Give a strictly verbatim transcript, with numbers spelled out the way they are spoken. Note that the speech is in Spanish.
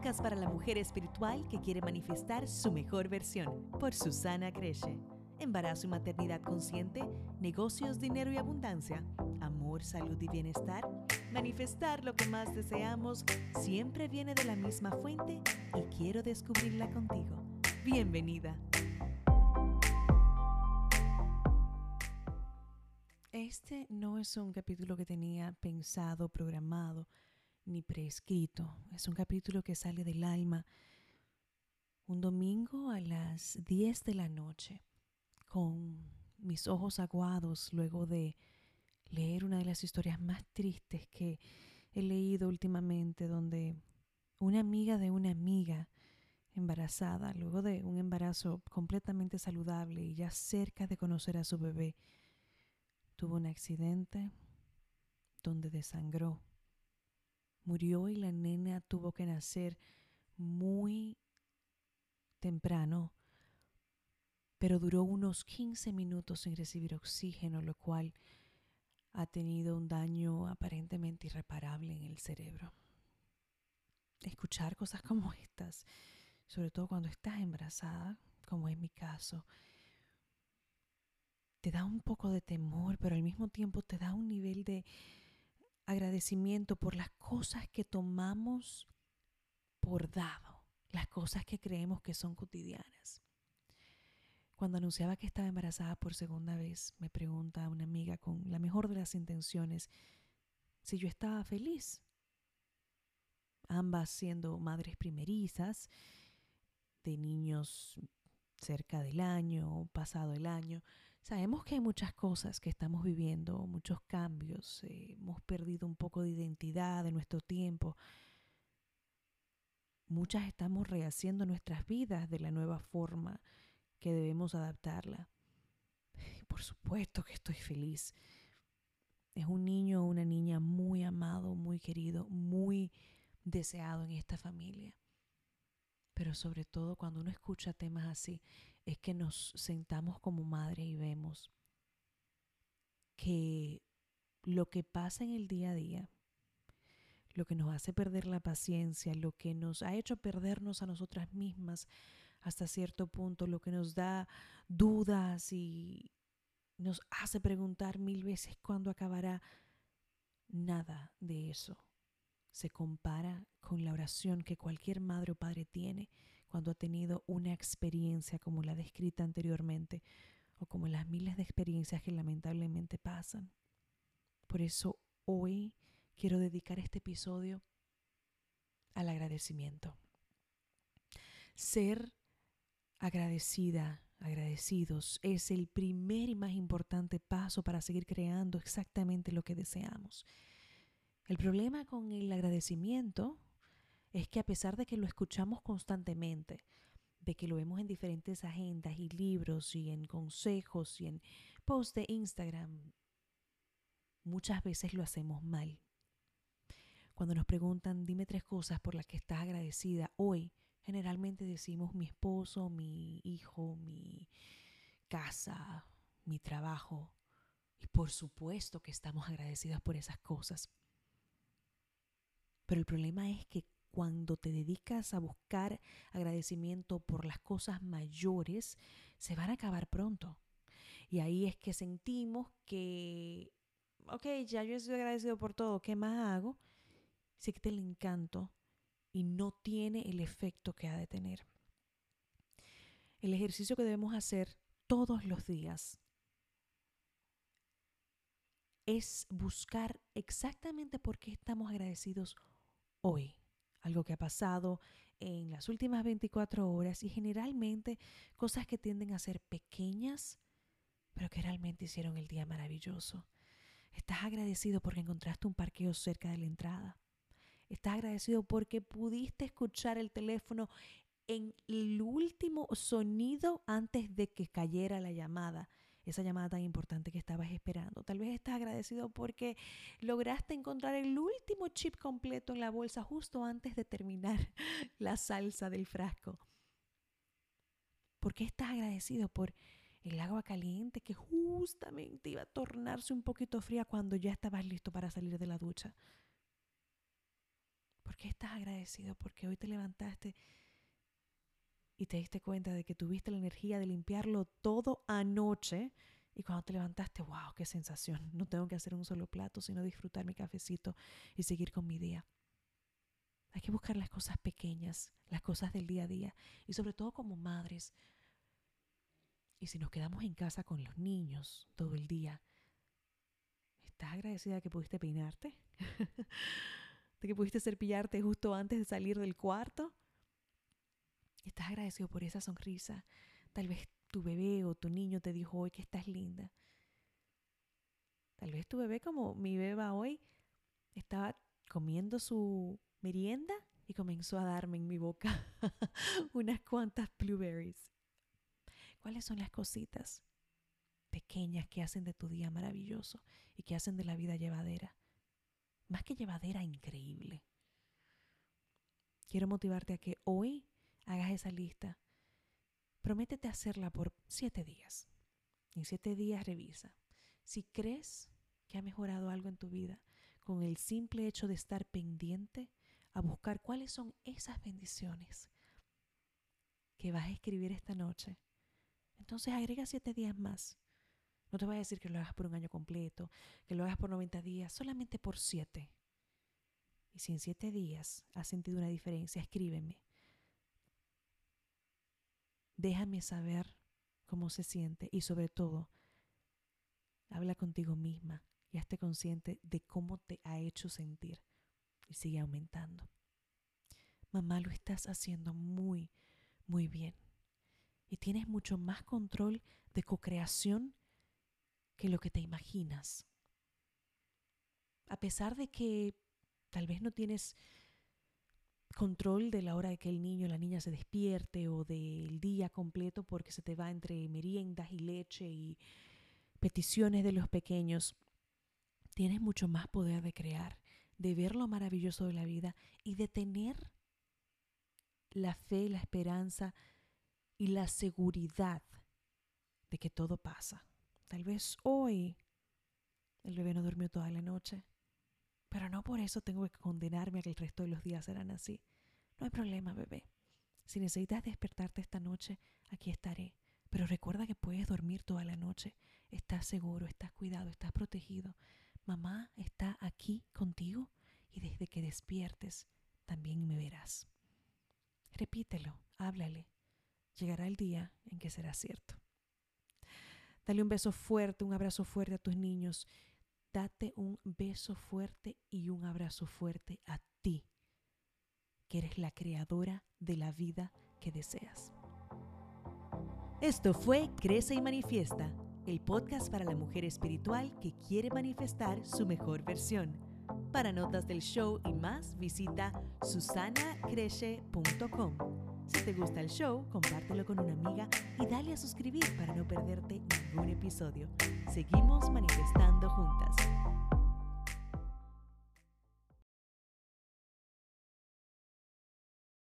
podcast para la mujer espiritual que quiere manifestar su mejor versión, por Susana Creche. Embarazo y maternidad consciente, negocios, dinero y abundancia, amor, salud y bienestar. Manifestar lo que más deseamos siempre viene de la misma fuente y quiero descubrirla contigo. Bienvenida. Este no es un capítulo que tenía pensado, programado, ni preescrito. Es un capítulo que sale del alma un domingo a las diez de la noche, con mis ojos aguados luego de leer una de las historias más tristes que he leído últimamente, donde una amiga de una amiga embarazada, luego de un embarazo completamente saludable y ya cerca de conocer a su bebé, tuvo un accidente donde desangró. Murió y la nena tuvo que nacer muy temprano, pero duró unos quince minutos sin recibir oxígeno, lo cual ha tenido un daño aparentemente irreparable en el cerebro. Escuchar cosas como estas, sobre todo cuando estás embarazada, como es mi caso, te da un poco de temor, pero al mismo tiempo te da un nivel de agradecimiento por las cosas que tomamos por dado, las cosas que creemos que son cotidianas. Cuando anunciaba que estaba embarazada por segunda vez, me pregunta una amiga con la mejor de las intenciones si yo estaba feliz. Ambas siendo madres primerizas, de niños cerca del año, pasado el año. Sabemos que hay muchas cosas que estamos viviendo, muchos cambios, eh, hemos perdido un poco de identidad de nuestro tiempo. Muchas estamos rehaciendo nuestras vidas de la nueva forma que debemos adaptarla. Por supuesto que estoy feliz. Es un niño o una niña muy amado, muy querido, muy deseado en esta familia. Pero sobre todo cuando uno escucha temas así, es que nos sentamos como madre y vemos que lo que pasa en el día a día, lo que nos hace perder la paciencia, lo que nos ha hecho perdernos a nosotras mismas hasta cierto punto, lo que nos da dudas y nos hace preguntar mil veces cuándo acabará, nada de eso se compara con la oración que cualquier madre o padre tiene cuando ha tenido una experiencia como la descrita anteriormente o como las miles de experiencias que lamentablemente pasan. Por eso hoy quiero dedicar este episodio al agradecimiento. Ser agradecida, agradecidos, es el primer y más importante paso para seguir creando exactamente lo que deseamos. El problema con el agradecimiento es que a pesar de que lo escuchamos constantemente, de que lo vemos en diferentes agendas y libros y en consejos y en posts de Instagram, muchas veces lo hacemos mal. Cuando nos preguntan, dime tres cosas por las que estás agradecida hoy, generalmente decimos mi esposo, mi hijo, mi casa, mi trabajo. Y por supuesto que estamos agradecidas por esas cosas. Pero el problema es que cuando te dedicas a buscar agradecimiento por las cosas mayores, se van a acabar pronto. Y ahí es que sentimos que, ok, ya yo estoy agradecido por todo, ¿qué más hago? Se quita el encanto y no tiene el efecto que ha de tener. El ejercicio que debemos hacer todos los días es buscar exactamente por qué estamos agradecidos hoy. Algo que ha pasado en las últimas veinticuatro horas y generalmente cosas que tienden a ser pequeñas, pero que realmente hicieron el día maravilloso. Estás agradecido porque encontraste un parqueo cerca de la entrada. Estás agradecido porque pudiste escuchar el teléfono en el último sonido antes de que cayera la llamada. Esa llamada tan importante que estabas esperando. Tal vez estás agradecido porque lograste encontrar el último chip completo en la bolsa justo antes de terminar la salsa del frasco. ¿Por qué estás agradecido? Por el agua caliente que justamente iba a tornarse un poquito fría cuando ya estabas listo para salir de la ducha. ¿Por qué estás agradecido? Porque hoy te levantaste y te diste cuenta de que tuviste la energía de limpiarlo todo anoche. Y cuando te levantaste, wow, qué sensación. No tengo que hacer un solo plato, sino disfrutar mi cafecito y seguir con mi día. Hay que buscar las cosas pequeñas, las cosas del día a día. Y sobre todo como madres. Y si nos quedamos en casa con los niños todo el día, ¿estás agradecida de que pudiste peinarte? ¿De que pudiste cepillarte justo antes de salir del cuarto? ¿Estás agradecido por esa sonrisa? Tal vez tu bebé o tu niño te dijo hoy que estás linda. Tal vez tu bebé, como mi beba hoy, estaba comiendo su merienda y comenzó a darme en mi boca unas cuantas blueberries. ¿Cuáles son las cositas pequeñas que hacen de tu día maravilloso y que hacen de la vida llevadera? Más que llevadera, increíble. Quiero motivarte a que hoy hagas esa lista. Prométete hacerla por siete días. En siete días revisa. Si crees que ha mejorado algo en tu vida, con el simple hecho de estar pendiente a buscar cuáles son esas bendiciones que vas a escribir esta noche, entonces agrega siete días más. No te voy a decir que lo hagas por un año completo, que lo hagas por noventa días, solamente por siete. Y si en siete días has sentido una diferencia, escríbeme. Déjame saber cómo se siente y sobre todo, habla contigo misma y hazte consciente de cómo te ha hecho sentir y sigue aumentando. Mamá, lo estás haciendo muy, muy bien y tienes mucho más control de co-creación que lo que te imaginas. A pesar de que tal vez no tienes control de la hora de que el niño o la niña se despierte o del día completo porque se te va entre meriendas y leche y peticiones de los pequeños, tienes mucho más poder de crear, de ver lo maravilloso de la vida y de tener la fe, la esperanza y la seguridad de que todo pasa. Tal vez hoy el bebé no durmió toda la noche, pero no por eso tengo que condenarme a que el resto de los días serán así. No hay problema, bebé. Si necesitas despertarte esta noche, aquí estaré. Pero recuerda que puedes dormir toda la noche. Estás seguro, estás cuidado, estás protegido. Mamá está aquí contigo y desde que despiertes también me verás. Repítelo, háblale. Llegará el día en que será cierto. Dale un beso fuerte, un abrazo fuerte a tus niños. Date un beso fuerte y un abrazo fuerte a ti, que eres la creadora de la vida que deseas. Esto fue Crece y Manifiesta, el podcast para la mujer espiritual que quiere manifestar su mejor versión. Para notas del show y más, visita susana creche punto com. Si te gusta el show, compártelo con una amiga y dale a suscribir para no perderte ningún episodio. Seguimos manifestando juntas.